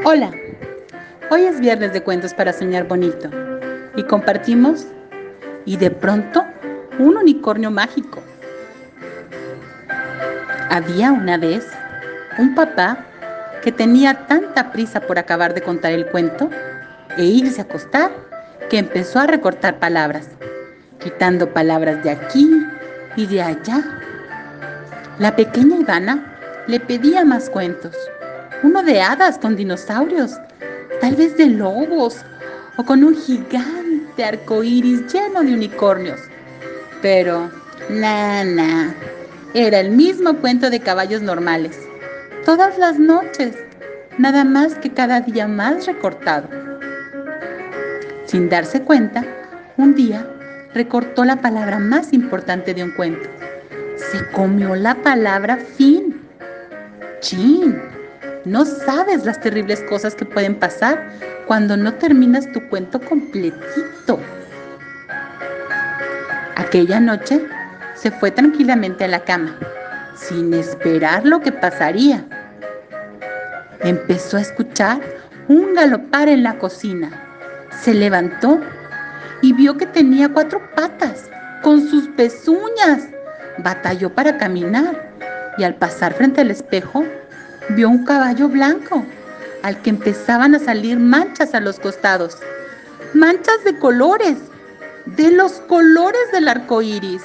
Hola, hoy es viernes de cuentos para soñar bonito y compartimos y de pronto un unicornio mágico. Había una vez un papá que tenía tanta prisa por acabar de contar el cuento e irse a acostar que empezó a recortar palabras, quitando palabras de aquí y de allá. La pequeña Ivana le pedía más cuentos, uno de hadas con dinosaurios, tal vez de lobos o con un gigante arcoíris lleno de unicornios. Pero, era el mismo cuento de caballos normales, todas las noches, nada más que cada día más recortado. Sin darse cuenta, un día recortó la palabra más importante de un cuento. Se comió la palabra fin. ¡Chin! No sabes las terribles cosas que pueden pasar cuando no terminas tu cuento completito. Aquella noche se fue tranquilamente a la cama, sin esperar lo que pasaría. Empezó a escuchar un galopar en la cocina. Se levantó y vio que tenía 4 patas, con sus pezuñas. Batalló para caminar y al pasar frente al espejo, vio un caballo blanco, al que empezaban a salir manchas a los costados. Manchas de colores, de los colores del arco iris.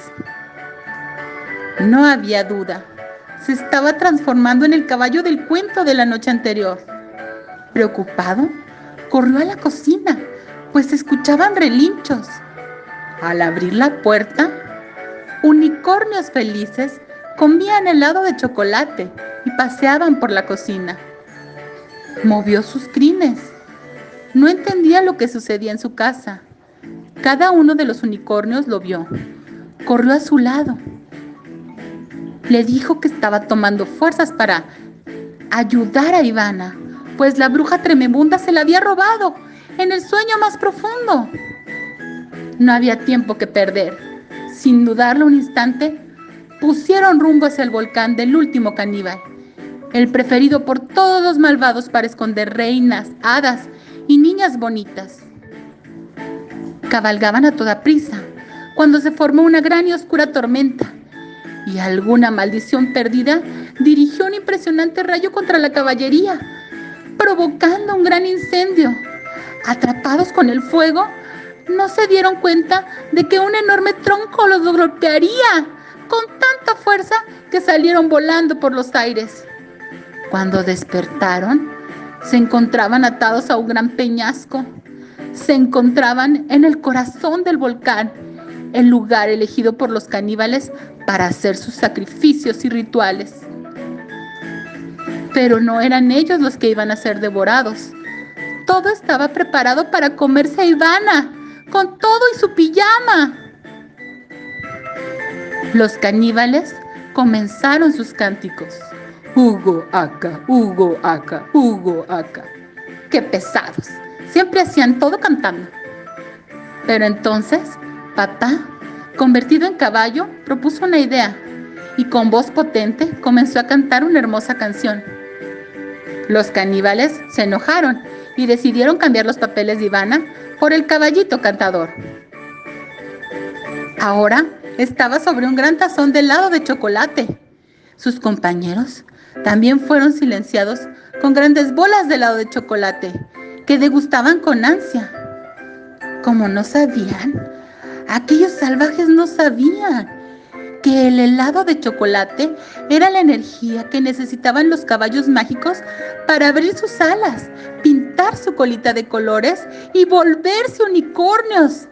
No había duda, se estaba transformando en el caballo del cuento de la noche anterior. Preocupado, corrió a la cocina, pues se escuchaban relinchos. Al abrir la puerta, unicornios felices comían helado de chocolate y paseaban por la cocina. Movió sus crines. No entendía lo que sucedía en su casa. Cada uno de los unicornios lo vio. Corrió a su lado. Le dijo que estaba tomando fuerzas para ayudar a Ivana, pues la bruja tremebunda se la había robado en el sueño más profundo. No había tiempo que perder. Sin dudarlo un instante, pusieron rumbo hacia el volcán del último caníbal, el preferido por todos los malvados para esconder reinas, hadas y niñas bonitas. Cabalgaban a toda prisa cuando se formó una gran y oscura tormenta, y alguna maldición perdida dirigió un impresionante rayo contra la caballería, provocando un gran incendio. Atrapados con el fuego, no se dieron cuenta de que un enorme tronco los golpearía con tanta fuerza que salieron volando por los aires. Cuando despertaron, se encontraban atados a un gran peñasco. Se encontraban en el corazón del volcán, el lugar elegido por los caníbales para hacer sus sacrificios y rituales. Pero no eran ellos los que iban a ser devorados. Todo estaba preparado para comerse a Ivana, con todo y su pijama. Los caníbales comenzaron sus cánticos. Hugo Aka, Hugo Aka, Hugo Aka. ¡Qué pesados! Siempre hacían todo cantando. Pero entonces, papá, convertido en caballo, propuso una idea y con voz potente comenzó a cantar una hermosa canción. Los caníbales se enojaron y decidieron cambiar los papeles de Ivana por el caballito cantador. Ahora estaba sobre un gran tazón de helado de chocolate. Sus compañeros también fueron silenciados con grandes bolas de helado de chocolate que degustaban con ansia. Como no sabían, aquellos salvajes no sabían que el helado de chocolate era la energía que necesitaban los caballos mágicos para abrir sus alas, pintar su colita de colores y volverse unicornios.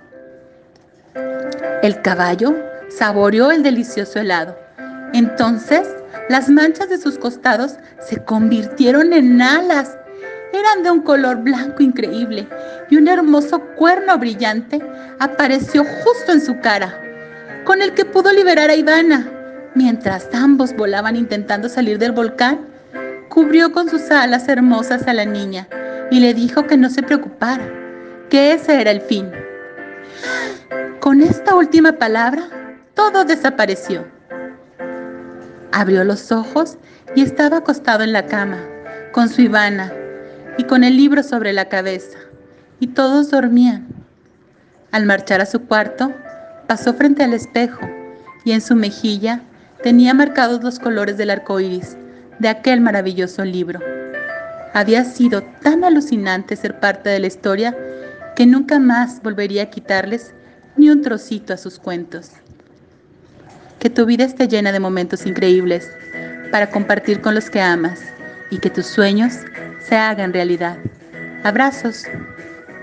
El caballo saboreó el delicioso helado. Entonces, las manchas de sus costados se convirtieron en alas. Eran de un color blanco increíble y un hermoso cuerno brillante apareció justo en su cara, con el que pudo liberar a Ivana. Mientras ambos volaban intentando salir del volcán, cubrió con sus alas hermosas a la niña y le dijo que no se preocupara, que ese era el fin. Con esta última palabra, todo desapareció. Abrió los ojos y estaba acostado en la cama, con su Ivana, y con el libro sobre la cabeza, y todos dormían. Al marchar a su cuarto, pasó frente al espejo y en su mejilla tenía marcados los colores del arco iris de aquel maravilloso libro. Había sido tan alucinante ser parte de la historia que nunca más volvería a quitarles ni un trocito a sus cuentos. Que tu vida esté llena de momentos increíbles para compartir con los que amas y que tus sueños se hagan realidad. Abrazos.